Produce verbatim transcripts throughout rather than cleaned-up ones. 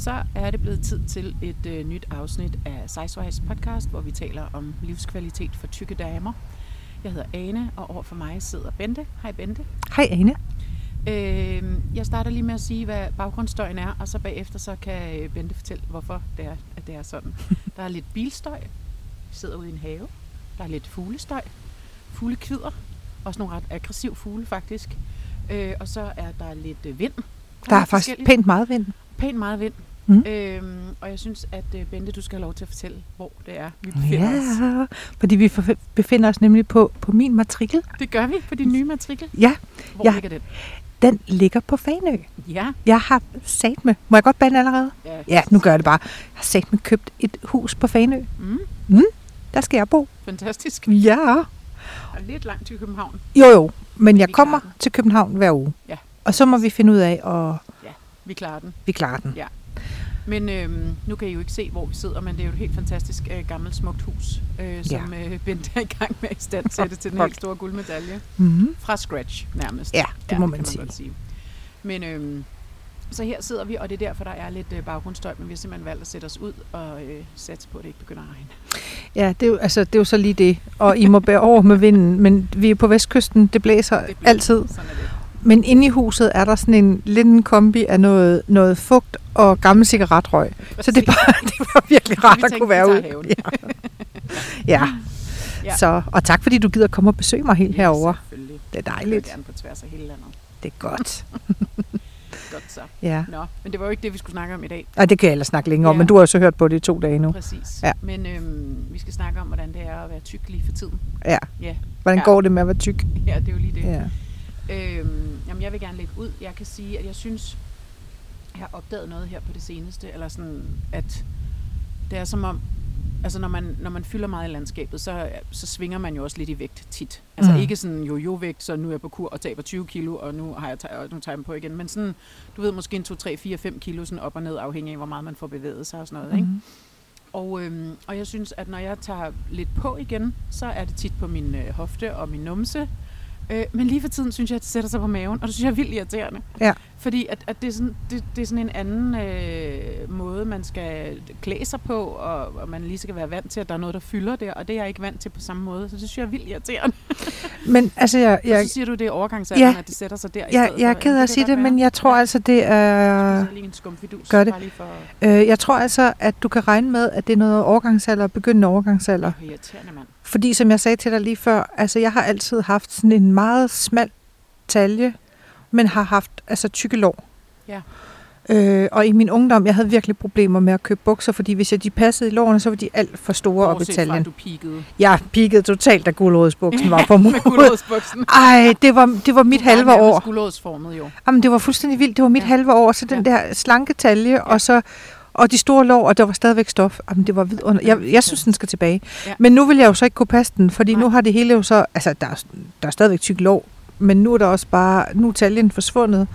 så er det blevet tid til et øh, nyt afsnit af Sizewise podcast, hvor vi taler om livskvalitet for tykke damer. Jeg hedder Ane, og overfor mig sidder Bente. Hej Bente. Hej Ane. Øh, jeg starter lige med at sige, hvad baggrundsstøjen er, og så bagefter så kan Bente fortælle, hvorfor det er, at det er sådan. Der er lidt bilstøj. Vi sidder ude i en have. Der er lidt fuglestøj. Fuglekvider. Også nogle ret aggressive fugle, faktisk. Øh, og så er der lidt øh, vind. Der, der er faktisk pænt meget vind. Pænt meget vind. Mm. Øhm, og jeg synes, at øh, Bente, du skal have lov til at fortælle, hvor det er, vi befinder ja, os. Fordi vi for, befinder os nemlig på, på min matrikel. Det gør vi, på din nye matrikel. Ja. Hvor ja. ligger den? Den ligger på Fanø. Ja. Jeg har sat med. Må jeg godt bande allerede? Ja, ja, nu gør jeg det bare. Jeg har sat med købt et hus på Fanø. Mm. Mm, der skal jeg bo. Fantastisk. Ja. Og lidt langt til København. Jo jo, men jeg vi kommer til København hver uge. Ja. Og så må vi finde ud af, og ja, vi klarer den. Vi klarer den. Ja. Men øhm, nu kan I jo ikke se, hvor vi sidder, men det er jo et helt fantastisk øh, gammelt, smukt hus, øh, som ja. øh, Bente er i gang med at istandsætte til den helt store guldmedalje. Mm-hmm. Fra scratch, nærmest. Ja, det ja, må det man, man sige. Godt sige. Men øhm, så her sidder vi, og det er derfor, der er lidt øh, baggrundsstøj, men vi har simpelthen valgt at sætte os ud og øh, satse på, at det ikke begynder at regne. Ja, det er, jo, altså, det er jo så lige det, og I må bære over med vinden, men vi er på vestkysten, det blæser, det blæser altid. Sådan er det. Men inde i huset er der sådan en lille kombi af noget, noget fugt og gammel cigaretrøg. Så det er bare det var virkelig rart at kunne være ude. Ja. ja. ja. Så, og tak fordi du gider komme og besøge mig helt ja, herover. Det er dejligt. Jeg gerne på tværs af hele landet. Det er godt. Godt så. Ja. Nå, men det var jo ikke det, vi skulle snakke om i dag. Ej, det kan jeg ellers snakke længere om, ja. men du har jo så hørt på det i to dage nu. Præcis. Ja. Men øhm, vi skal snakke om, hvordan det er at være tyk lige for tiden. Ja. ja. Hvordan ja. går det med at være tyk? Ja, det er jo lige det. Ja. Øhm, jamen, jeg vil gerne lægge ud. Jeg kan sige, at jeg synes, jeg har opdaget noget her på det seneste, eller sådan, at det er som om, altså når man, når man fylder meget i landskabet, så, så svinger man jo også lidt i vægt tit. Altså mm. ikke sådan jo-jo-vægt, så nu er jeg på kur og taber tyve kilo, og nu har jeg tager, nu tager jeg dem på igen. Men sådan, du ved, måske en to, tre, fire, fem kilo sådan op og ned, afhængig af, hvor meget man får bevæget sig og sådan noget, mm. ikke? Og, øhm, og jeg synes, at når jeg tager lidt på igen, så er det tit på min øh, hofte og min numse. Øh, men lige for tiden synes jeg, at det sætter sig på maven, og det synes jeg er vildt irriterende. Ja. Fordi at, at det, er sådan, det, det er sådan en anden øh, måde, man skal klæde sig på, og, og man lige skal være vant til, at der er noget, der fylder der, og det er jeg ikke vant til på samme måde. Så det synes jeg er vildt irriterende. Men altså, jeg, jeg, og så siger du, det er overgangsalderen, ja, at det sætter sig der i ja, stedet. Jeg er ked af at sige det, men jeg tror ja. altså, det er... Jeg lige en skumfidus. Gør det. For... Øh, jeg tror altså, at du kan regne med, at det er noget overgangsalder, begyndende overgangsalder. Det er irriterende, mand. Fordi, som jeg sagde til dig lige før, altså jeg har altid haft sådan en meget smal talje, men har haft altså tykke lår. Ja. Øh, og i min ungdom, jeg havde virkelig problemer med at købe bukser, fordi hvis jeg de passede i lårene, så var de alt for store op i taljen. Bortset fra, du peakede. Jeg peakede totalt, da gulerodsbuksen var på mod. Med gulerodsbuksen. Ej, det var, det var mit du halve år. Gulerodsformet jo. Jamen, det var fuldstændig vildt. Det var mit ja. halve år, så den ja. der slanke talje, ja. og så... Og de store lår, og der var stadigvæk stof. Jamen, det var vidunder. Jeg, jeg synes, den skal tilbage. Ja. Men nu vil jeg jo så ikke kunne passe den, fordi Nej. nu har det hele jo så... Altså, der er, der er stadigvæk tyk lår, men nu er der også bare... Nu er taljen forsvundet,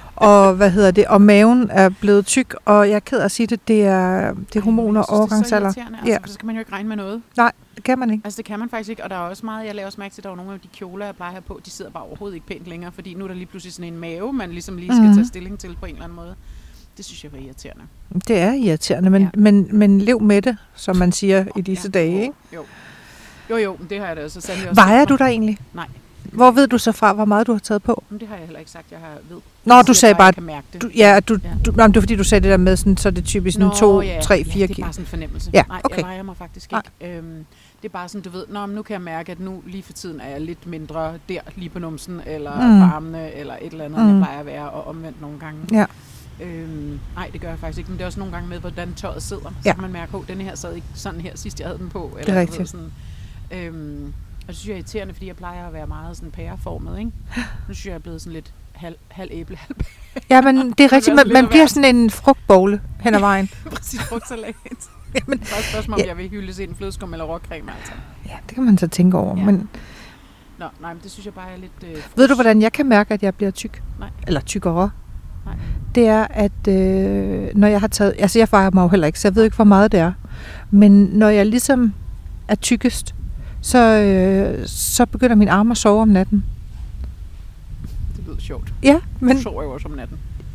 og hvad hedder det? Og maven er blevet tyk, og jeg er ked af at sige det, det er, det er hormoner og overgangsalder. Det er så irriterende, altså, ja. Så skal man jo ikke regne med noget. Nej, det kan man ikke. Altså, det kan man faktisk ikke, og der er også meget... Jeg laver også mærke til, at der er nogle af de kjoler, jeg plejer at have på, de sidder bare overhovedet ikke pænt længere, fordi nu er der lige pludselig sådan en mave, man ligesom lige skal mm-hmm. tage stilling til på en eller anden måde. Det synes jeg var irriterende. Det er irriterende, men, ja. men, men lev med det, som man siger oh, i disse ja. dage, ikke? Jo. Jo, jo, men det har jeg da så sandelig også. Vejer du der egentlig? Nej. Hvor ved du så fra, hvor meget du har taget på? Men det har jeg heller ikke sagt, jeg har ved. Nå, jeg du sagde bare, bare du, ja, du, ja. Du, jamen, det var fordi, du sagde det der med, sådan, så er det typisk Nå, to, ja, tre, fire ja, kilo. det er bare sådan en fornemmelse. Ja, Nej, okay. jeg vejer mig faktisk ikke. Øhm, det er bare sådan, du ved, nå, nu kan jeg mærke, at nu lige for tiden er jeg lidt mindre der, lige på numsen, eller mm. på armene, eller et eller andet, mm. jeg plejer at være, og omvendt nogle gange. Ja. Øhm, nej, det gør jeg faktisk ikke, men det er også nogle gange med, hvordan tøjet sidder. Så ja. kan man mærke, at denne her sad ikke sådan her, sidst jeg havde den på. Eller, det er rigtigt. Sådan, øhm, og det synes jeg er irriterende, fordi jeg plejer at være meget sådan pæreformet, ikke? Nu synes jeg, jeg er blevet sådan lidt halv, halv æble, halv pære. Ja, men det er rigtigt, man, man bliver sådan en frugtbogle hen ad vejen. Præcis, frugtsalat. Jamen, det er bare et spørgsmål, om ja. jeg vil hyldes ind flødeskum eller råcreme, altså. Ja, det kan man så tænke over, ja. men... Nå, nej, men det synes jeg bare er lidt... Øh, Ved du, hvordan jeg kan mærke, at jeg bliver tyk? Nej. Eller tykkere? Nej. Det er, at øh, når jeg har taget... Altså, jeg vejer mig jo heller ikke, så jeg ved ikke, hvor meget det er. Men når jeg ligesom er tykkest, så, øh, så begynder min arme at sove om natten. Det lyder sjovt. Ja, men... Du sover jo også om natten.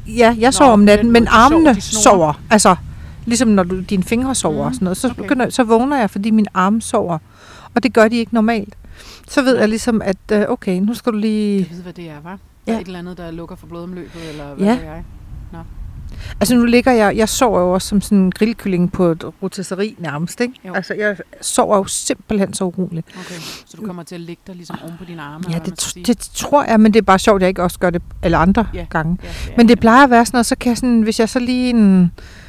Ja, jeg sover om natten, men armene sover. Altså, ligesom når du, dine fingre sover mm. og sådan noget. Så, okay. begynder, så vågner jeg, fordi mine arme sover. Og det gør de ikke normalt. Så ved jeg ligesom, at øh, okay, nu skal du lige... Jeg ved, hvad det er, hva'? Ja. Et eller andet, der lukker for blodomløbet, eller hvad ja. er jeg? Nå. Altså nu ligger jeg, jeg sover jo også som sådan en grillkylling på et rotisserie nærmest, ikke? Jo. Altså jeg sover jo simpelthen så uroligt. Okay, så du kommer til at ligge der ligesom oven på dine arme? Ja, det, t- det tror jeg, men det er bare sjovt, at jeg ikke også gør det alle andre ja. gange. Ja, det men det plejer at være sådan noget, så kan jeg sådan, hvis jeg så lige en,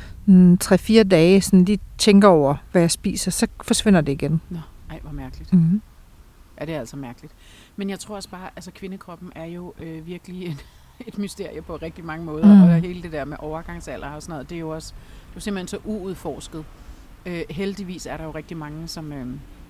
en tre-fire dage sådan lige tænker over, hvad jeg spiser, så forsvinder det igen. Nå, ej, hvor mærkeligt. Mm-hmm. Ja, det er altså mærkeligt. Men jeg tror også bare, altså kvindekroppen er jo øh, virkelig en, et mysterie på rigtig mange måder, mm. og hele det der med overgangsalder og sådan noget, det er jo også, det er simpelthen så uudforsket. Øh, heldigvis er der jo rigtig mange, som, øh,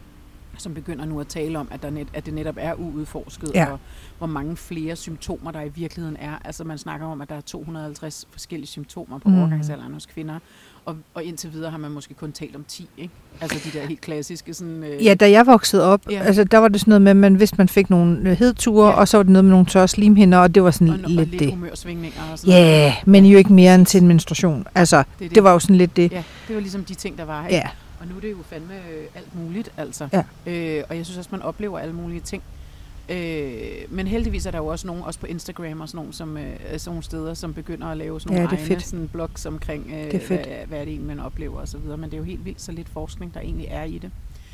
som begynder nu at tale om, at, der net, at det netop er uudforsket, ja. og hvor mange flere symptomer der i virkeligheden er. Altså man snakker om, at der er to hundrede og halvtreds forskellige symptomer på mm. overgangsalderen hos kvinder, og, og indtil videre har man måske kun talt om ti, ikke? Altså de der helt klassiske sådan... Øh ja, da jeg voksede op, ja. altså der var det sådan noget med, at man vidste, man fik nogle hedture, ja. og så var det noget med nogle tørre slimhinder, og det var sådan og, lidt og lidt det. humørsvingninger og sådan ja, noget. men jo ikke mere end til en menstruation. Altså, det, det. det var jo sådan lidt det. Ja, det var ligesom de ting, der var her. Ja. Og nu er det jo fandme øh, alt muligt, altså. Ja. Øh, og jeg synes også, man oplever alle mulige ting. Øh, men heldigvis er der jo også nogen, også på Instagram og sådan nogle, som, øh, sådan nogle steder, som begynder at lave sådan nogle ja, egne sådan blogs omkring, øh, det er hvad, hvad er det egentlig, man oplever og så videre. Men det er jo helt vildt så lidt forskning, der egentlig er i det.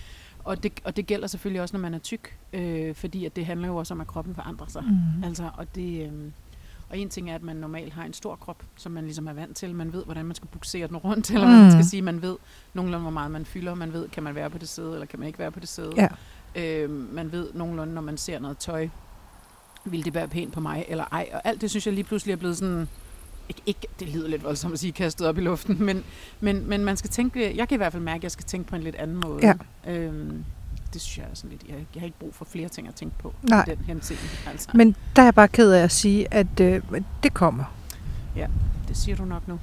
Og det, og det gælder selvfølgelig også, når man er tyk, øh, fordi at det handler jo også om, at kroppen forandrer sig. Mm. Altså, og, det, øh, og en ting er, at man normalt har en stor krop, som man ligesom er vant til. Man ved, hvordan man skal buksere den rundt, eller mm. hvad man skal sige. Man ved nogenlunde, hvor meget man fylder. Man ved, kan man være på det sæde, eller kan man ikke være på det sæde. Ja. Øh, man ved nogenlunde, når man ser noget tøj, vil det være pænt på mig, eller ej. Og alt det, synes jeg lige pludselig er blevet sådan... Ikke, ikke, det lyder lidt voldsomt at sige, kastet op i luften, men, men, men man skal tænke... Jeg kan i hvert fald mærke, at jeg skal tænke på en lidt anden måde. Ja. Øhm, det synes jeg er sådan lidt... Jeg, jeg har ikke brug for flere ting at tænke på. Nej. I den henseende, altså. Men der er jeg bare ked af at sige, at øh, det kommer. Ja, det siger du nok nu.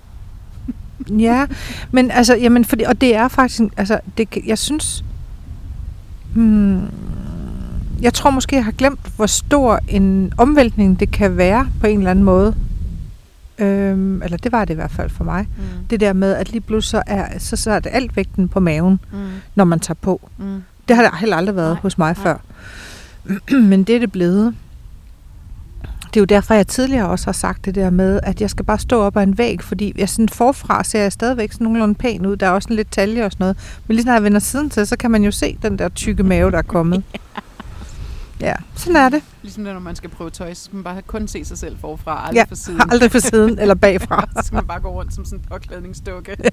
Ja, men altså, jamen, fordi, og det er faktisk... Altså, det, jeg synes... Hmm, jeg tror måske, jeg har glemt, hvor stor en omvæltning det kan være på en eller anden måde. Øhm, eller det var det i hvert fald for mig. Mm. Det der med, at lige pludselig så er, så, så er det alt vægten på maven, mm. når man tager på. Mm. Det har det heller aldrig været nej, hos mig nej. før. Men det er det blevet. Det er jo derfor, jeg tidligere også har sagt det der med, at jeg skal bare stå op ad en væg, fordi jeg sådan forfra ser jeg stadigvæk sådan nogenlunde pæn ud. Der er også en lidt talje og sådan noget. Men lige når jeg vender siden til, så kan man jo se den der tykke mave, der er kommet. Ja, sådan er det. Ligesom når man skal prøve tøj, så skal man bare kun se sig selv forfra, aldrig ja, for siden. aldrig for siden eller bagfra. Så skal man bare gå rundt som sådan en påklædningsdukke. Ja.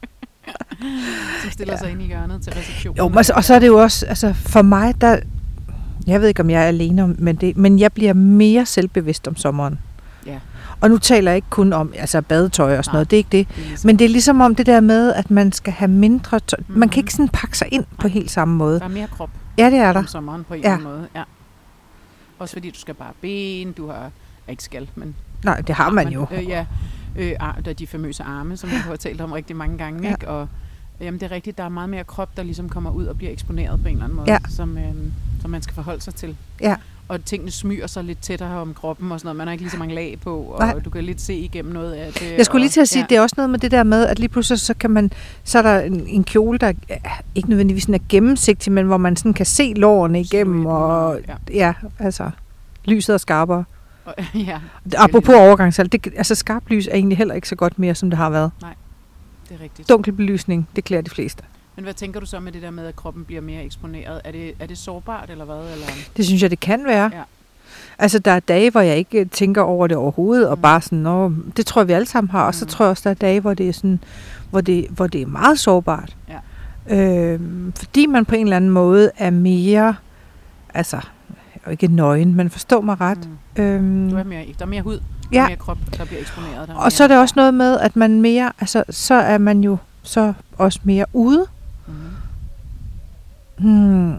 Som stiller ja. sig ind i hjørnet til receptionen. Jo, og så, og så er det jo også, altså for mig, der, jeg ved ikke, om jeg er alene om men det, men jeg bliver mere selvbevidst om sommeren. Ja. Og nu taler jeg ikke kun om altså badetøj og sådan Nej, noget, det er ikke det. det er ligesom. Men det er ligesom om det der med, at man skal have mindre tøj. Mm-hmm. Man kan ikke sådan pakke sig ind på helt samme måde. Der er mere krop. Ja, det er der. Om sommeren på en ja. eller anden måde, ja. Også fordi du skal bare ben, du har, ikke skal, men... Nej, det har man jo. Øh, ja, øh, ar, der er de famøse arme, som vi har talt om rigtig mange gange, ja. ikke? Og jamen, det er rigtigt, der er meget mere krop, der ligesom kommer ud og bliver eksponeret på en eller anden måde, ja. som, øh, som man skal forholde sig til. Ja. Og tingene smyger sig lidt tættere om kroppen og sådan noget. Man har ikke lige så mange lag på, og Nej. du kan lidt se igennem noget af det. Jeg skulle lige til at sige, ja. at det er også noget med det der med, at lige pludselig så kan man, så er der en, en kjole, der ja, ikke nødvendigvis er gennemsigtig, men hvor man sådan kan se lårene igennem, og ja, ja altså, lyset er skarpere. Og, ja, apropos overgangsalder, det, altså skarpt lys er egentlig heller ikke så godt mere, som det har været. Nej, det er rigtigt. Dunkel belysning, det klæder de fleste. Men hvad tænker du så med det der med, at kroppen bliver mere eksponeret? Er det, er det sårbart, eller hvad? Eller? Det synes jeg, det kan være. Ja. Altså, der er dage, hvor jeg ikke tænker over det overhovedet, mm. og bare sådan, Nå, det tror jeg, vi alle sammen har. Og så mm. tror jeg også, der er dage, hvor det er, sådan, hvor det, hvor det er meget sårbart. Ja. Øhm, fordi man på en eller anden måde er mere, altså, jeg er ikke nøgen, men forstå mig ret. Mm. Øhm, du er mere, der er mere hud, der ja. er mere krop, der bliver eksponeret. Der og mere, så er det også noget med, at man mere, altså, så er man jo så også mere ude. Mm. Hmm.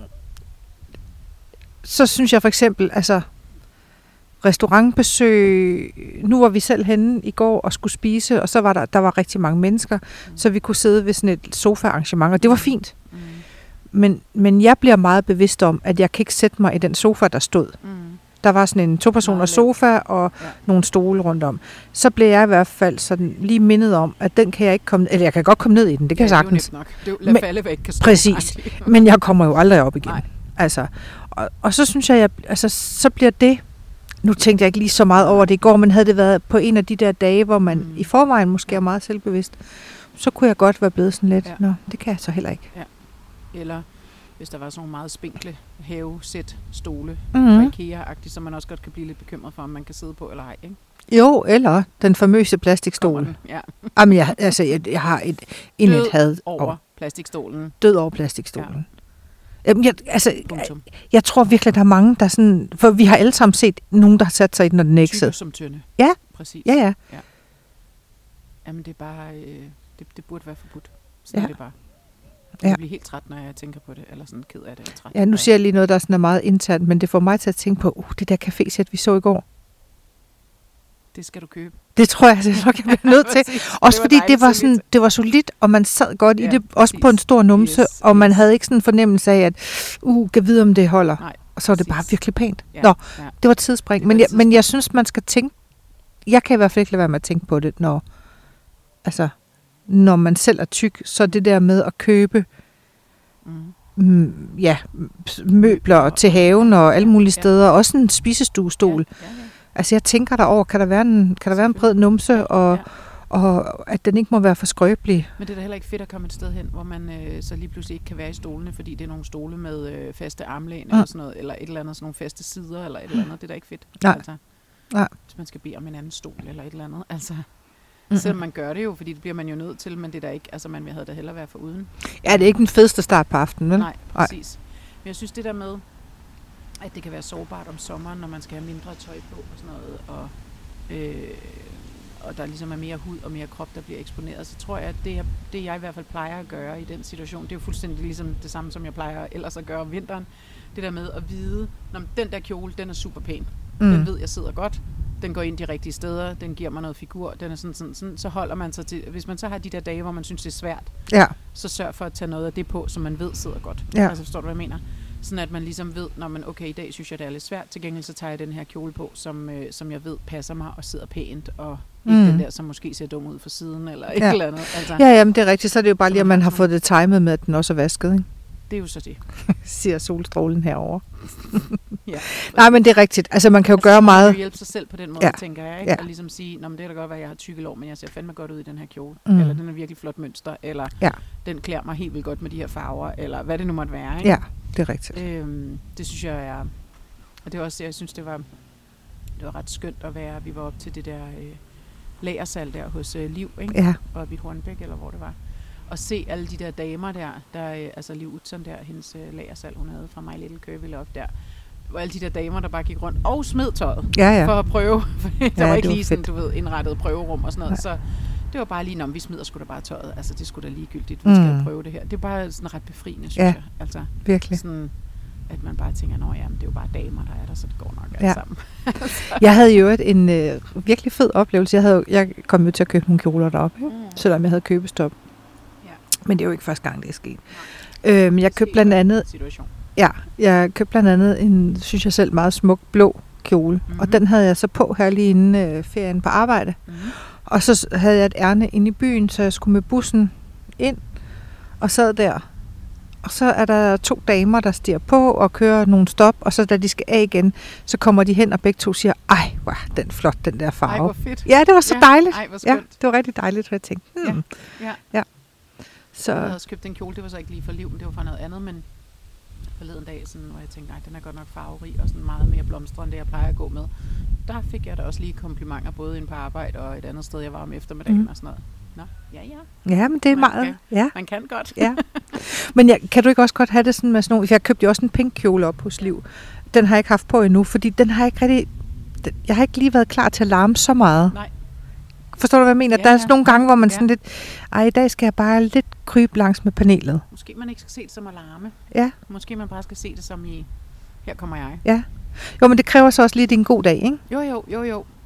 Så synes jeg for eksempel, altså restaurantbesøg, nu var vi selv henne i går og skulle spise, og så var der, der var rigtig mange mennesker, mm. så vi kunne sidde ved sådan et sofa-arrangement, og det var fint. Mm. Men, men jeg bliver meget bevidst om, at jeg kan ikke sætte mig i den sofa, der stod. Mm. Der var sådan en to-personers sofa og ja. nogle stole rundt om. Så blev jeg i hvert fald sådan lige mindet om, at den kan jeg ikke komme... Eller jeg kan godt komme ned i den, det kan ja, jeg sagtens. Det er jo nemt nok. Det er jo, lad falde, hvad ikke kan stå. Præcis. Men jeg kommer jo aldrig op igen. Altså, og, og så synes jeg, jeg, altså, så bliver det... Nu tænkte jeg ikke lige så meget over det i går, men havde det været på en af de der dage, hvor man mm. i forvejen måske er meget selvbevidst, så kunne jeg godt være blevet sådan lidt, ja. Nå, det kan jeg så heller ikke. Ja. Eller hvis der var sådan nogle meget spinkle havesæt stole, mm-hmm. IKEA-agtigt, som man også godt kan blive lidt bekymret for, om man kan sidde på eller ej, ikke? Jo, eller den famøse plastikstol. Ja. Jamen, jeg, altså, jeg, jeg har et indet had over, over plastikstolen. Død over plastikstolen. Ja. Jamen, jeg, altså, jeg, jeg tror virkelig, der er mange, der sådan... For vi har alle sammen set nogen, der har sat sig i den, når den ikke sidder. Tykke som tynde. Ja. Præcis. Ja, ja. ja. Jamen, det er bare... Øh, det, det burde være forbudt. Sådan ja. er det bare. Jeg ja. bliver helt træt, når jeg tænker på det. Eller sådan ked af det. Jeg træt ja, nu siger jeg lige noget, der sådan er meget internt, men det får mig til at tænke på, uh, det der cafésæt, vi så i går. Det skal du købe. Det tror jeg, det jeg bliver nødt til. Også fordi det var, sådan, det var solidt, og man sad godt ja, i det, også præcis. På en stor numse, yes, og man yes. havde ikke sådan en fornemmelse af, at uh, kan vide, om det holder. Nej, og så var det præcis. Bare virkelig pænt. Ja, Nå, ja. det var tidsspring. Men jeg, tidsspring. Men jeg synes, man skal tænke, jeg kan i hvert fald ikke lade være med at tænke på det, når, altså, når man selv er tyk, så det der med at købe mm. Mm, ja, møbler til haven og alle mulige steder, ja. Også en spisestuestol. Ja, ja, ja. Altså jeg tænker derover, kan der være en, kan der være en bred numse, og, ja. og at den ikke må være for skrøbelig. Men det er da heller ikke fedt at komme et sted hen, hvor man øh, så lige pludselig ikke kan være i stolene, fordi det er nogle stole med øh, faste armlæn mm. eller sådan noget, eller et eller andet, sådan nogle faste sider, eller et eller andet. Det er da ikke fedt. Nej. Altså, Nej. Hvis man skal bede om en anden stol, eller et eller andet. Altså, mm-hmm. selvom man gør det jo, fordi det bliver man jo nødt til, men det er da ikke, altså man havde da hellere være for uden. Ja, det er ikke den fedeste start på aftenen, vel? Nej, præcis. Men jeg synes det der med, at det kan være sårbart om sommeren, når man skal have mindre tøj på og sådan noget, og, øh, og der ligesom er mere hud og mere krop, der bliver eksponeret, så tror jeg, at det, jeg, det jeg i hvert fald plejer at gøre i den situation, det er jo fuldstændig ligesom det samme, som jeg plejer ellers at gøre om vinteren. Det der med at vide, når den der kjole, den er super pæn. Mm. Den ved, jeg sidder godt. Den går ind de rigtige steder. Den giver mig noget figur. Den er sådan, sådan, sådan. Så holder man sig til... Hvis man så har de der dage, hvor man synes, det er svært, ja. så sørg for at tage noget af det på, som man ved sidder godt. Ja. Altså, forstår du, hvad jeg mener? Sådan at man ligesom ved, når man, okay, i dag synes jeg, det er lidt svært. Til gengæld så tager jeg den her kjole på, som, øh, som jeg ved passer mig og sidder pænt, og ikke mm. den der, som måske ser dum ud for siden, eller et ja. eller andet. Altså, ja, jamen det er rigtigt. Så er det jo bare lige, at man har fået det timet med, at den også er vasket, ikke? Det er jo så det. Siger solstrålen herovre. ja. Nej, men det er rigtigt. Altså man kan jo altså, gøre man meget... Man kan hjælpe sig selv på den måde, ja. tænker jeg, ikke? Ja. Og ligesom sige, nå, men det kan da godt være, at jeg har tykke lår, men jeg ser fandme godt ud i den her kjole. Mm. Eller den er virkelig flot mønster, eller ja. den klæder mig helt vildt godt med de her farver, eller hvad det nu måtte være, ikke? Ja, det er rigtigt. Øhm, det synes jeg er... Og det er også, jeg synes, det var, det var ret skønt at være... Vi var op til det der øh, lagersal der hos øh, Liv, ikke? Ja. Oppe i Hornbæk, eller hvor det var. Og se alle de der damer der, der øh, altså Liv Utzon der, hendes øh, lagersal, hun havde fra My Little Curvy op der. Og alle de der damer, der bare gik rundt og smed tøjet ja, ja. for at prøve. der ja, var ikke var lige sådan, fedt. du ved, indrettet prøverum og sådan noget. Nej. Så det var bare lige, når vi smider sgu da bare tøjet. Altså, det skulle da ligegyldigt. Vi skal mm. prøve det her. Det er bare sådan ret befriende, synes ja, jeg. Altså, virkelig. Sådan, at man bare tænker, nå ja, men det er jo bare damer, der er der, så det går nok alt ja. sammen. Jeg havde jo et, en øh, virkelig fed oplevelse. Jeg, havde, jeg kom jo til at købe nogle kjoler deroppe, mm. selvom jeg havde købestop. Ja. Men det er jo ikke første gang, det er sket. Øh, men jeg købte blandt andet... Situation. Ja, jeg købte blandt andet en, synes jeg selv, meget smuk blå kjole. Mm-hmm. Og den havde jeg så på her lige inden øh, ferien på arbejde. Mm-hmm. Og så havde jeg et ærne inde i byen, så jeg skulle med bussen ind og sad der. Og så er der to damer, der stiger på og kører nogle stop, og så da de skal af igen, så kommer de hen og begge to siger, ej, wow, den er flot, den der farve. Ej, hvor fedt. Ja, det var så ja. dejligt. Ej, hvor skønt. Ja, det var rigtig dejligt, for jeg tænkte, hmm. ja. Ja. ja. Så. Jeg havde også købt en kjole, det var så ikke lige for Liv, men det var for noget andet, men forleden dag, sådan, hvor jeg tænkte, nej, den er godt nok farverig og sådan meget mere blomstret, end det jeg plejer at gå med. Der fik jeg da også lige komplimenter, både inde på arbejde og et andet sted, jeg var om eftermiddagen mm. og sådan noget. Nå, ja, ja. Ja, men det er man meget... Kan, ja. Man kan godt. ja. Men jeg, kan du ikke også godt have det sådan med sådan nogle... Jeg købte jo også en pink kjole op hos Liv. Den har jeg ikke haft på endnu, fordi den har ikke rigtig... Den, jeg har ikke lige været klar til at larme så meget. Nej. Forstår du, hvad jeg mener? Ja, der er sådan nogle gange, hvor man ja. sådan lidt... Ej, i dag skal jeg bare lidt krybe langs med panelet. Måske man ikke skal se det som alarme. Ja. Måske man bare skal se det som i... Her kommer jeg. Ja. Jo, men det kræver så også lige, at det er en god dag, ikke? Jo, jo, jo, jo.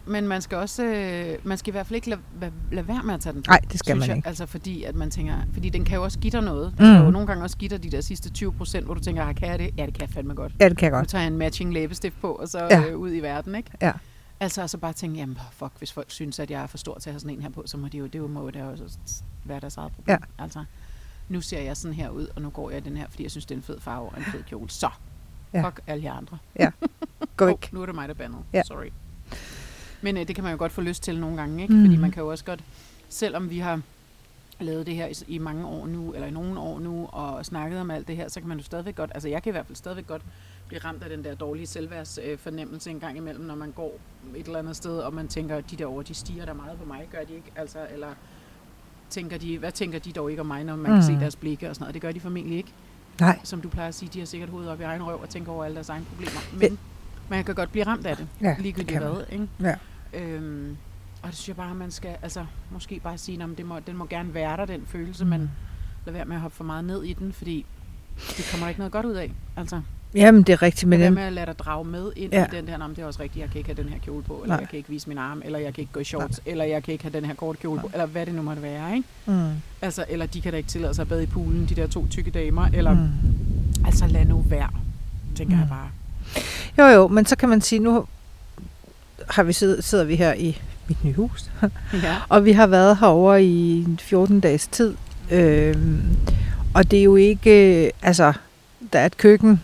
men man skal også, øh, man skal i hvert fald ikke lade, lade være med at tage den på. Nej, det skal man jeg, ikke. Altså fordi, at man tænker, fordi den kan jo også give dig noget. Mm. Den kan jo nogle gange også give dig de der sidste tyve procent, hvor du tænker, kan jeg det? Ja, det kan jeg fandme godt. Ja, det kan jeg godt. Nu tager jeg en matching læbestift på, og så ja. øh, ud i verden, ikke? Ja. Altså, altså bare tænke, jamen fuck, hvis folk synes, at jeg er for stor til at have sådan en her på, så må det jo, det jo, må jo, det jo være deres eget problem. Ja. Altså, nu ser jeg sådan her ud, og nu går jeg den her, fordi jeg synes, det er en fed farve og en fed kjole. Så, ja. fuck alle jer andre. Ja, gå væk. Oh, nu er det mig, der bander. Ja. Sorry. Men øh, det kan man jo godt få lyst til nogle gange, ikke? Mm. Fordi man kan jo også godt, selvom vi har lavet det her i, i mange år nu, eller i nogle år nu, og snakket om alt det her, så kan man jo stadigvæk godt, altså jeg kan i hvert fald stadigvæk godt blive ramt af den der dårlige selvværdsfornemmelse en gang imellem, når man går et eller andet sted, og man tænker, de derovre, de stiger der meget på mig, gør de ikke? Altså, eller tænker de, hvad tænker de dog ikke om mig, når man mm. kan se deres blikke og sådan noget? Det gør de formentlig ikke. Nej. Som du plejer at sige, de har sikkert hovedet op i egen røv og tænker over alle deres egne problemer. Men det, man kan godt blive ramt af det, ja, ligegyldigt hvad, ikke? Ja. Øhm, og det synes jeg bare, man skal, altså, måske bare sige, at det må, den må gerne være der, den følelse, mm. men lad være med at hoppe for meget ned i den, fordi det kommer der ikke noget godt ud af. Altså, jamen, det er rigtigt med dem. dem. Med at lade dig drage med ind ja. i den der, det er også rigtigt, jeg kan ikke have den her kjole på, eller Nej. jeg kan ikke vise min arm, eller jeg kan ikke gå i shorts, Nej. eller jeg kan ikke have den her korte kjole Nej. på, eller hvad det nu måtte være, ikke? Mm. Altså, eller de kan da ikke tillade sig at bade i poolen, de der to tykke damer, eller, mm. altså lad nu være, tænker mm. jeg bare. Jo jo, men så kan man sige, nu har vi sidder, sidder vi her i mit nye hus, ja. og vi har været herovre i fjorten dages tid, øhm, og det er jo ikke, altså, der er et køkken,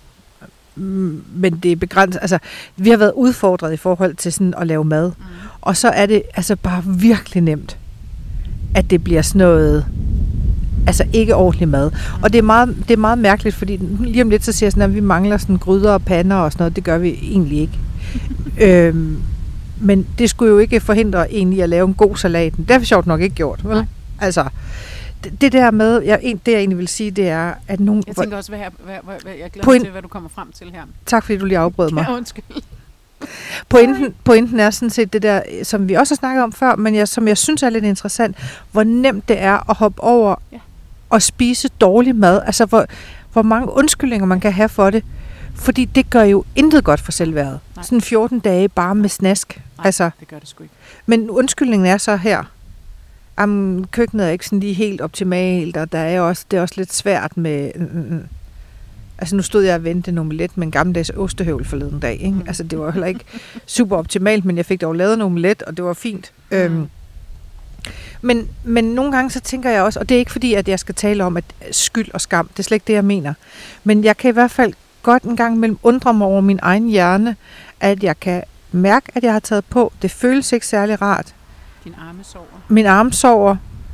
men det er begrænset, altså, vi har været udfordret i forhold til sådan at lave mad, mm. og så er det altså bare virkelig nemt, at det bliver sådan noget, altså ikke ordentlig mad. Mm. Og det er, meget, det er meget mærkeligt, fordi lige om lidt så siger jeg sådan, at vi mangler sådan gryder og pander og sådan noget. Det gør vi egentlig ikke. øhm, men det skulle jo ikke forhindre en i at lave en god salat. Det har vi sjovt nok ikke gjort. Vel? Altså, det, det der med, jeg, det jeg egentlig vil sige, det er, at nogen... Jeg tænker også, hvad, her, hvad, hvad, hvad jeg glæder mig til, hvad du kommer frem til her. Tak fordi du lige afbrød mig. Ja, undskyld. Pointen, pointen er sådan set det der, som vi også har snakket om før, men jeg, som jeg synes er lidt interessant, hvor nemt det er at hoppe over ja. og spise dårlig mad. Altså, hvor, hvor mange undskyldninger man kan have for det. Fordi det gør jo intet godt for selvværdet. Nej. Sådan fjorten dage bare med snask. Nej, altså, det gør det sgu ikke. Men undskyldningen er så her. Jamen, køkkenet er ikke sådan lige helt optimalt, og der er også, det er også lidt svært med... Mm, Altså nu stod jeg og vendte en omelet med en gammeldags ostehøvel forleden dag. Ikke? Mm. Altså det var heller ikke super optimalt, men jeg fik dog lavet en omelet, og det var fint. Mm. Øhm, men, men nogle gange så tænker jeg også, og det er ikke fordi, at jeg skal tale om at skyld og skam, det er slet ikke det, jeg mener. Men jeg kan i hvert fald godt en gang imellem undre mig over min egen hjerne, at jeg kan mærke, at jeg har taget på. Det føles ikke særlig rart. Din arme sover. Min arme sover.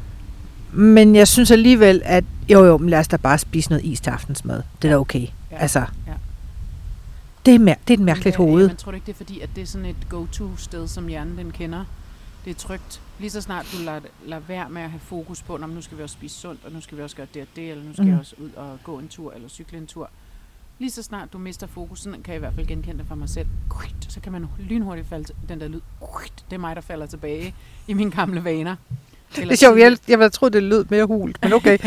Men jeg synes alligevel, at jo jo, men lad os da bare spise noget is til aftensmad. Det er da okay. Ja. Altså, ja. det, er mær- det er et mærkeligt ja, hoved. Ja, men tror du ikke, det er fordi, at det er sådan et go-to-sted, som hjernen den kender? Det er trygt. Lige så snart du lader, lader være med at have fokus på, nu skal vi også spise sundt, og nu skal vi også gøre det og det, eller nu skal mm. jeg også ud og gå en tur, eller cykle en tur. Lige så snart du mister fokus, sådan kan jeg i hvert fald genkende det for mig selv, så kan man lynhurtigt falde til den der lyd. Det er mig, der falder tilbage i mine gamle vaner. Eller det er sjovt, jeg, jeg troede, det lød mere hult, men okay.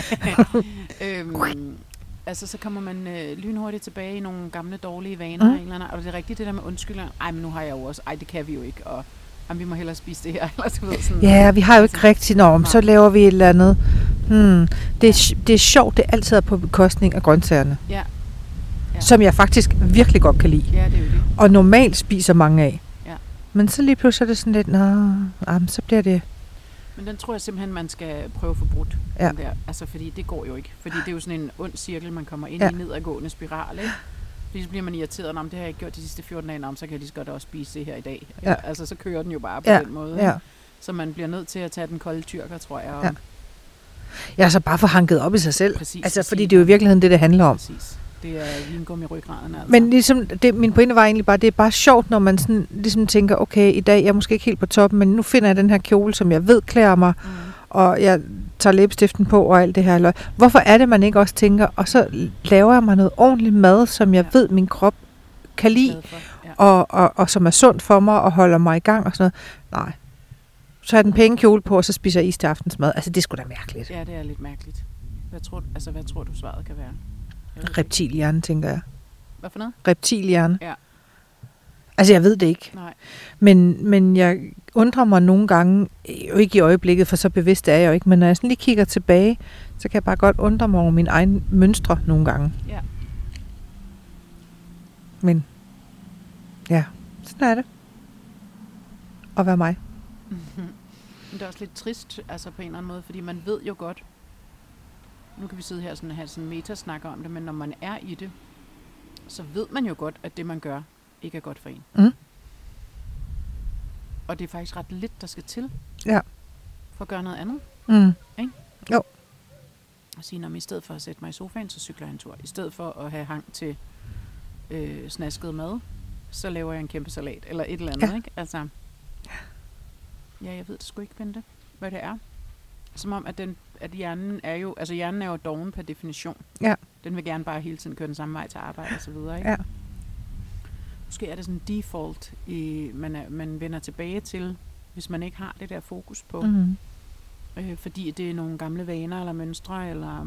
øhm, altså, så kommer man øh, lynhurtigt tilbage i nogle gamle, dårlige vaner. Mm. Eller andet, og det er rigtigt, det der med undskyldninger. Ej, men nu har jeg jo også, ej, det kan vi jo ikke, og jamen, vi må hellere spise det her. Eller, så ved, sådan, ja, vi har jo ikke altså, rigtig norm, så laver vi et eller andet. Hmm. Det, er, det er sjovt, det altid er på bekostning af grøntsagerne. Ja. Ja. Som jeg faktisk virkelig godt kan lide. Ja, det er jo det. Og normalt spiser mange af. Ja. Men så lige pludselig er det sådan lidt, nå, jamen, så bliver det... Men den tror jeg simpelthen, man skal prøve at få brudt. Ja. Der. Altså, fordi det går jo ikke. Fordi det er jo sådan en ond cirkel, man kommer ind ja. i nedadgående spiral, ikke? Fordi så bliver man irriteret, om det har jeg ikke gjort de sidste fjorten dage, om så kan jeg lige så godt også spise det her i dag. Ja. Altså, så kører den jo bare på ja. den måde. Ja. Så man bliver nødt til at tage den kolde tyrker, tror jeg. Og ja. Jeg er så bare for hanket op i sig selv. Præcis, altså, præcis. fordi det er jo i virkeligheden det, det handler om. Præcis. Det er vingummi i ryggraden, altså. Men ligesom, det, min pointe var egentlig bare, det er bare sjovt, når man sådan, ligesom tænker, okay, i dag jeg er måske ikke helt på toppen, men nu finder jeg den her kjole, som jeg ved klæder mig, mm. og jeg tager læbestiften på og alt det her. Hvorfor er det, man ikke også tænker, og så laver jeg mig noget ordentligt mad, som jeg ja. ved, min krop kan lide, ja. og, og, og som er sundt for mig, og holder mig i gang og sådan noget. Nej. Så har jeg den pæne kjole på, og så spiser jeg is til aftensmad. Altså, det er sgu da mærkeligt. Ja, det er lidt mærkeligt. Hvad tror, altså, hvad tror du, svaret kan være? Reptilhjerne, tænker jeg. Hvad for noget? Reptilhjerne. Ja. Altså, jeg ved det ikke. Nej. Men, men jeg undrer mig nogle gange, jo ikke i øjeblikket, for så bevidst er jeg jo ikke, men når jeg sådan lige kigger tilbage, så kan jeg bare godt undre mig over mine egne mønstre nogle gange. Ja. Men, ja, sådan er det. At være mig. Mm-hmm. Men det er også lidt trist, altså på en eller anden måde, fordi man ved jo godt, nu kan vi sidde her og sådan, have sådan en metasnak om det, men når man er i det, så ved man jo godt, at det man gør, ikke er godt for en. Mm. Og det er faktisk ret lidt, der skal til, ja. for at gøre noget andet. Mm. Ikke? Jo. Og sige, når i stedet for at sætte mig i sofaen, så cykler jeg en tur. I stedet for at have hang til øh, snasket mad, så laver jeg en kæmpe salat, eller et eller andet, ja. ikke? Altså, ja, jeg ved det sgu ikke, Bente, hvad det er. Som om, at, den, at hjernen er jo, altså hjernen er jo doven per definition. Ja. Den vil gerne bare hele tiden køre den samme vej til arbejde og så videre, ikke? Ja. Måske er det sådan en default, i, man, er, man vender tilbage til, hvis man ikke har det der fokus på. Mm-hmm. Øh, fordi det er nogle gamle vaner eller mønstre, eller...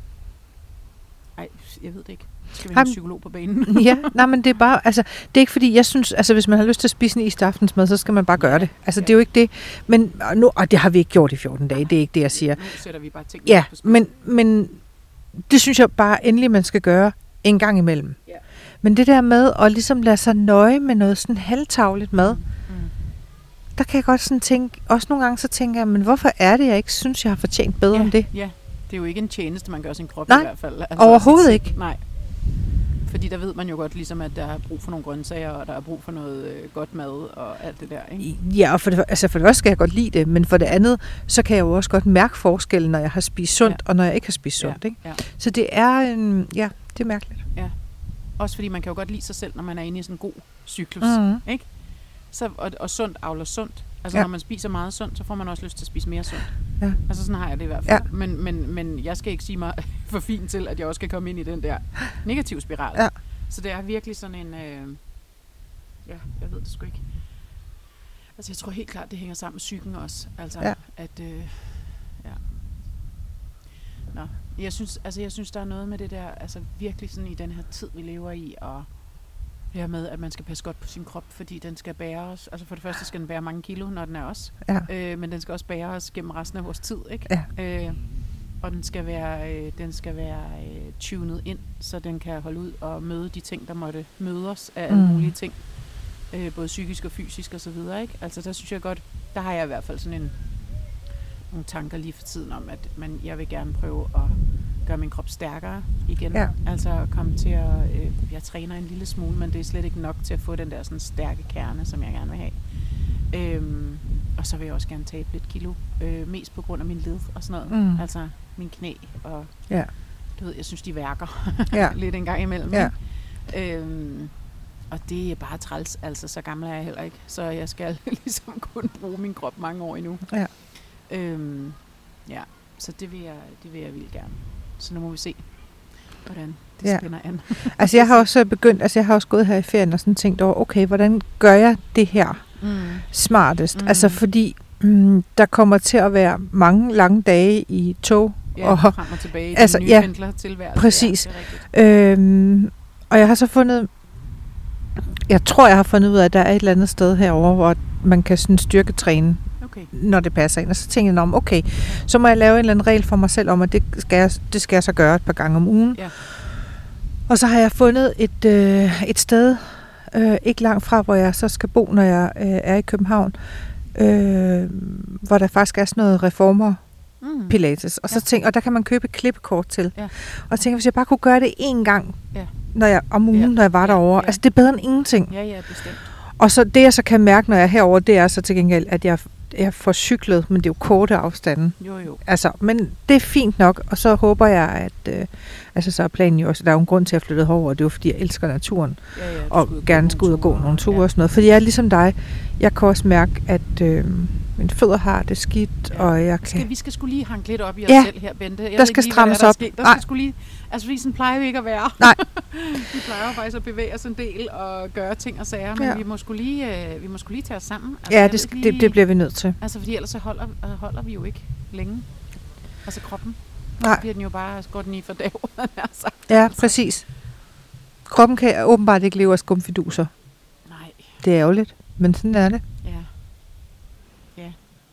Ej, jeg ved det ikke. Skal vi have en psykolog på banen? Ja, nej, men det er bare, altså, det er ikke fordi, jeg synes, altså, hvis man har lyst til at spise en is til aftensmad, så skal man bare gøre det. Altså, ja. Det er jo ikke det. Men, og, nu, og det har vi ikke gjort i fjorten dage, det er ikke det, jeg siger. Nu sætter vi bare ting ja, på men, men det synes jeg bare endelig, man skal gøre en gang imellem. Ja. Men det der med at ligesom lade sig nøje med noget sådan halvtagligt mad, mm. der kan jeg godt sådan tænke, også nogle gange så tænker jeg, men hvorfor er det, jeg ikke synes, jeg har fortjent bedre ja, om det? Ja, det er jo ikke en tjeneste, man gør sin krop nej, i hvert fald. Altså, overhovedet ikke. Nej. Fordi der ved man jo godt, ligesom, at der er brug for nogle grøntsager, og der er brug for noget øh, godt mad og alt det der, ikke? Ja, og for det, altså for det første skal jeg godt lide det, men for det andet, så kan jeg jo også godt mærke forskellen, når jeg har spist sundt, ja. og når jeg ikke har spist sundt, ja. ikke? Ja. Så det er, en, ja, det er mærkeligt. Ja, også fordi man kan jo godt lide sig selv, når man er inde i sådan en god cyklus, mm-hmm. ikke? Så, og, og sundt avler sundt. Altså, ja. Når man spiser meget sundt, så får man også lyst til at spise mere sundt. Ja. Altså, sådan har jeg det i hvert fald. Ja. Men, men, men jeg skal ikke sige mig for fint til, at jeg også skal komme ind i den der negative spiral. Ja. Så det er virkelig sådan en... Øh, ja, jeg ved det sgu ikke. Altså, jeg tror helt klart, det hænger sammen med psyken også. Altså, ja. at... Øh, ja. Nå, jeg synes, altså, jeg synes, der er noget med det der... Altså, virkelig sådan i den her tid, vi lever i, og... Det her med, at man skal passe godt på sin krop, fordi den skal bære os. Altså for det første skal den bære mange kilo, når den er os. Ja. Øh, men den skal også bære os gennem resten af vores tid, ikke? Ja. Øh, og den skal være, øh, den skal være øh, tunet ind, så den kan holde ud og møde de ting, der måtte møde os af alle mulige ting. Øh, både psykisk og fysisk og så videre, ikke? Altså der synes jeg godt, der har jeg i hvert fald sådan en, nogle tanker lige for tiden om, at man, jeg vil gerne prøve at gøre min krop stærkere igen. Ja. Altså komme til at... Øh, jeg træner en lille smule, men det er slet ikke nok til at få den der sådan stærke kerne, som jeg gerne vil have. Øhm, og så vil jeg også gerne tabe lidt kilo. Øh, mest på grund af min led og sådan noget. Mm. Altså min knæ. Og ja. Du ved, jeg synes, de værker ja. lidt en gang imellem. Ja. Øhm, og det er bare træls. Altså, så gammel er jeg heller ikke. Så jeg skal ligesom kun bruge min krop mange år endnu. Ja. Øhm, ja. Så det vil jeg, det vil jeg vildt gerne. Så nu må vi se, hvordan det ja. spænder an. Altså jeg har også begyndt, altså jeg har også gået her i ferien og sådan tænkt over, okay, hvordan gør jeg det her mm. smartest? Mm. Altså fordi mm, der kommer til at være mange lange dage i tog. Ja, og frem og tilbage i altså, den nye ja, pendlertilværelse. Præcis. Ja, øhm, og jeg har så fundet, jeg tror jeg har fundet ud af, at der er et eller andet sted herovre, hvor man kan sådan styrketræne. Okay. Når det passer ind. Og så tænkte jeg om, okay, så må jeg lave en eller anden regel for mig selv om, at det skal jeg, det skal jeg så gøre et par gange om ugen. Ja. Og så har jeg fundet et, øh, et sted, øh, ikke langt fra, hvor jeg så skal bo, når jeg øh, er i København, øh, hvor der faktisk er sådan noget reformer mm. pilates. Og, så ja. tænk, og der kan man købe et klippekort til. Ja. Og tænker, hvis jeg bare kunne gøre det én gang ja. når jeg, om ugen, ja. når jeg var derovre, ja. altså det er bedre end ingenting. Ja, ja, bestemt. Og så det, jeg så kan mærke, når jeg er herovre, det er så til gengæld, at jeg jeg får cyklet, men det er jo korte afstanden. Jo, jo. Altså, men det er fint nok, og så håber jeg, at øh, altså så er planen jo også, der er jo en grund til at flytte herover, og det er jo fordi, jeg elsker naturen, ja, ja, og gerne skal ud og gå nogle ture ja. og sådan noget. Fordi jeg er ligesom dig, jeg kan også mærke, at øh, mine fødder har det skidt, ja. og jeg kan... Skal, vi skal skulle lige hanke lidt op i os ja, selv her, Bente. Jeg der skal lige, strammes der op. Der skal, der skal skulle lige... Altså, fordi sådan plejer vi ikke at være. Nej. Vi plejer faktisk at bevæge os en del og gøre ting og sager, men ja. vi må skulle lige, øh, vi må skulle lige tage os sammen. Altså, ja, det, skal, lige, det, det bliver vi nødt til. Altså, fordi ellers så holder, holder vi jo ikke længe. Altså, kroppen. Nej. Så bliver den jo bare, går den i for dag, Ja, præcis. Kroppen kan åbenbart ikke leve af skumfiduser. Nej. Det er ærgerligt, men sådan er det. Ja. Ja.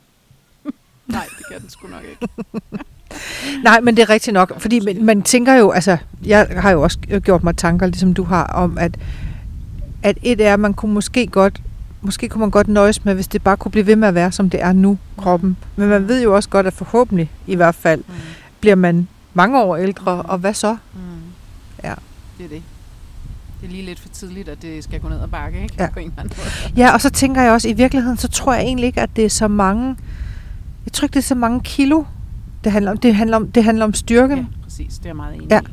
Nej, det kan den sgu nok ikke. Nej, men det er rigtigt nok, fordi man, man tænker jo, altså, jeg har jo også gjort mig tanker, ligesom du har, om at, at et er, man kunne måske godt, måske kunne man godt nøjes med, hvis det bare kunne blive ved med at være, som det er nu, kroppen. Men man ved jo også godt, at forhåbentlig, i hvert fald, mm. bliver man mange år ældre, mm. og hvad så? Mm. Ja. Det er det. Det er lige lidt for tidligt, at det skal gå ned og bakke, ikke? Ja. På en eller anden måde. Ja, og så tænker jeg også, i virkeligheden, så tror jeg egentlig ikke, at det er så mange, jeg tror ikke, det er så mange kilo, det handler om. Det handler om, det handler om styrken. Ja, præcis. Det er jeg meget enig ja. i.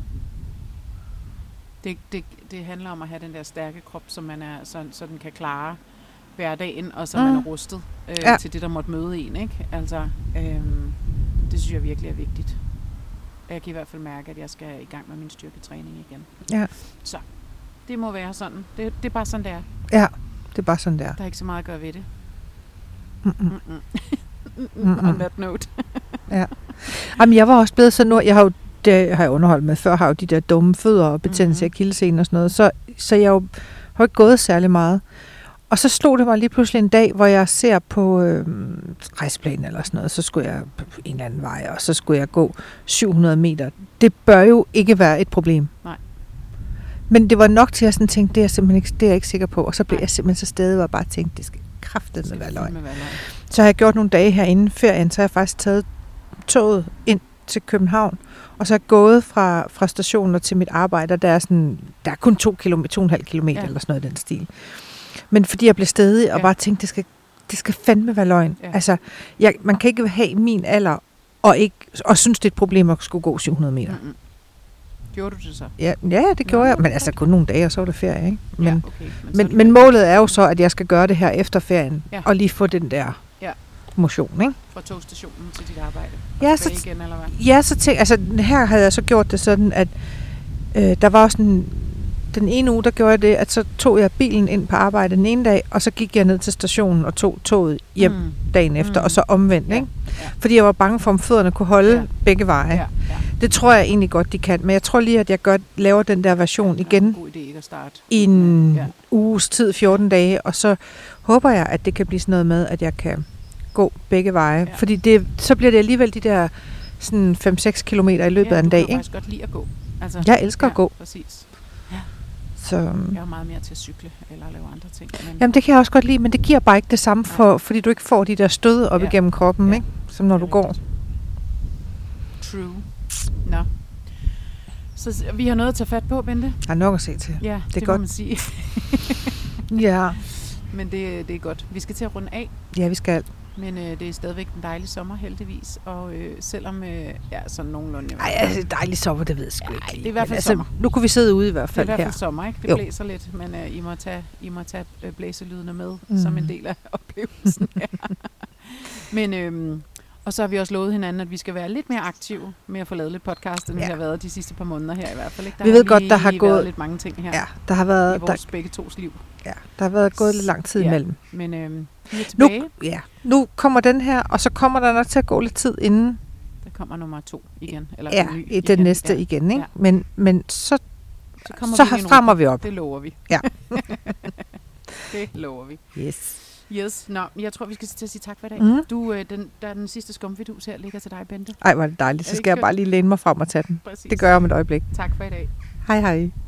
Det, det, det handler om at have den der stærke krop, som man er, så, så den kan klare hverdagen, og så mm. man er rustet øh, ja. til det, der måtte møde en, ikke? Altså, øhm, det synes jeg virkelig er vigtigt. Jeg kan i hvert fald mærke, at jeg skal i gang med min styrketræning igen. Ja. Så det må være sådan. Det, det er bare sådan, det er. Ja, det er bare sådan, det er. Der er ikke så meget at gøre ved det. Mm-mm. Mm-mm. Mm-mm. On that note. Ja. Jamen, jeg var også blevet sådan nu, jeg har jo, det har jeg underholdt med før, har jo de der dumme fødder og betændelse af kildescenen og sådan noget, så, så jeg jo, har jo ikke gået særlig meget. Og så slog det mig lige pludselig en dag, hvor jeg ser på øh, rejseplanen eller sådan noget, så skulle jeg på en eller anden vej, og så skulle jeg gå syv hundrede meter. Det bør jo ikke være et problem. Nej. Men det var nok til, at jeg sådan tænkte, det er jeg simpelthen ikke, det er jeg ikke sikker på. Og så blev Nej. jeg simpelthen så stadig, hvor jeg bare tænkte, det skal kraftedeme være løgn. Så har jeg gjort nogle dage her inden ferien, så har jeg faktisk taget toget ind til København, og så er jeg gået fra, fra stationen til mit arbejde, og der er, sådan, der er kun to, kilometer, to og en halv kilometer, ja. eller sådan noget i den stil. Men fordi jeg blev stedig og ja. bare tænkte, det skal, det skal fandme være løgn. Ja. Altså, jeg, man kan ikke have min alder, og, ikke, og synes, det er et problem at skulle gå syv hundrede meter. Mm-hmm. Gjorde du det så? Ja, ja det gjorde ja, jeg. Men altså kun nogle dage, og så var det ferie, ikke? Men, ja, okay. men, men, men målet er jo så, at jeg skal gøre det her efter ferien, ja. og lige få den der ja. motion, ikke? Fra togstationen til dit arbejde. Ja, så, igen, eller hvad? Ja, så tænk, altså her havde jeg så gjort det sådan, at øh, der var sådan den ene uge, der gjorde jeg det, at så tog jeg bilen ind på arbejde den ene dag, og så gik jeg ned til stationen og tog toget hjem mm. dagen efter, mm. og så omvendt, ja. ikke? Ja. Fordi jeg var bange for, om fødderne kunne holde ja. begge veje. Ja. Ja. Det tror jeg egentlig godt, de kan, men jeg tror lige, at jeg godt laver den der version ja, igen en god idé at starte. i en ja. uges tid, fjorten dage, og så håber jeg, at det kan blive sådan noget med, at jeg kan gå begge veje. Ja. Fordi det, så bliver det alligevel de der sådan fem seks kilometer i løbet ja, af en dag. Ja, du kan ikke? faktisk godt lide at gå. Altså, jeg elsker ja, at gå. Præcis. Ja. Så, jeg er meget mere til at cykle eller lave andre ting. Men jamen det kan jeg også godt lide, men det giver bare ikke det samme, for, fordi du ikke får de der stød op ja. igennem kroppen, ja. ikke? Som når du går. True. Nå. Så vi har noget at tage fat på, Bente. Der er nok at se til. Ja, det, det er må godt. man sige. ja. Men det, det er godt. Vi skal til at runde af. Ja, vi skal. Men øh, det er stadigvæk en dejlig sommer, heldigvis. Og øh, selvom, øh, ja, sådan nogenlunde... Nej, altså dejlig sommer, det ved jeg sgu ikke. Det er i hvert fald altså, sommer. Nu kunne vi sidde ude i hvert fald her. Det er i hvert fald sommer, ikke? Det jo. blæser lidt, men øh, I må tage, I må tage øh, blæselydene med, mm. som en del af oplevelsen. Ja. Men, øh, og så har vi også lovet hinanden, at vi skal være lidt mere aktive med at få lavet lidt podcast, end ja. vi har været de sidste par måneder her i hvert fald. Ikke? Der vi ved godt, der har gået lidt mange ting her. Ja, der har været... I vores der, begge tos liv. Ja, der har været gået lidt lang tid ja. imellem. Men øh, vi er tilbage. Nu, ja, nu kommer den her, og så kommer der nok til at gå lidt tid inden. Der kommer nummer to igen. Eller ja, ny i den næste ja. igen, ikke? Ja. Men, men så, så, så vi fremmer vi op. Det lover vi. Ja. Det lover vi. Yes. Yes. Nå, jeg tror, vi skal til at sige tak for i dag. Mm. Du, øh, den, der er den sidste skumfidus her, ligger til dig, Bente. Ej, hvor er det dejligt. Så skal jeg bare lige læne mig frem og tage den. Præcis. Det gør jeg om et øjeblik. Tak for i dag. Hej, hej.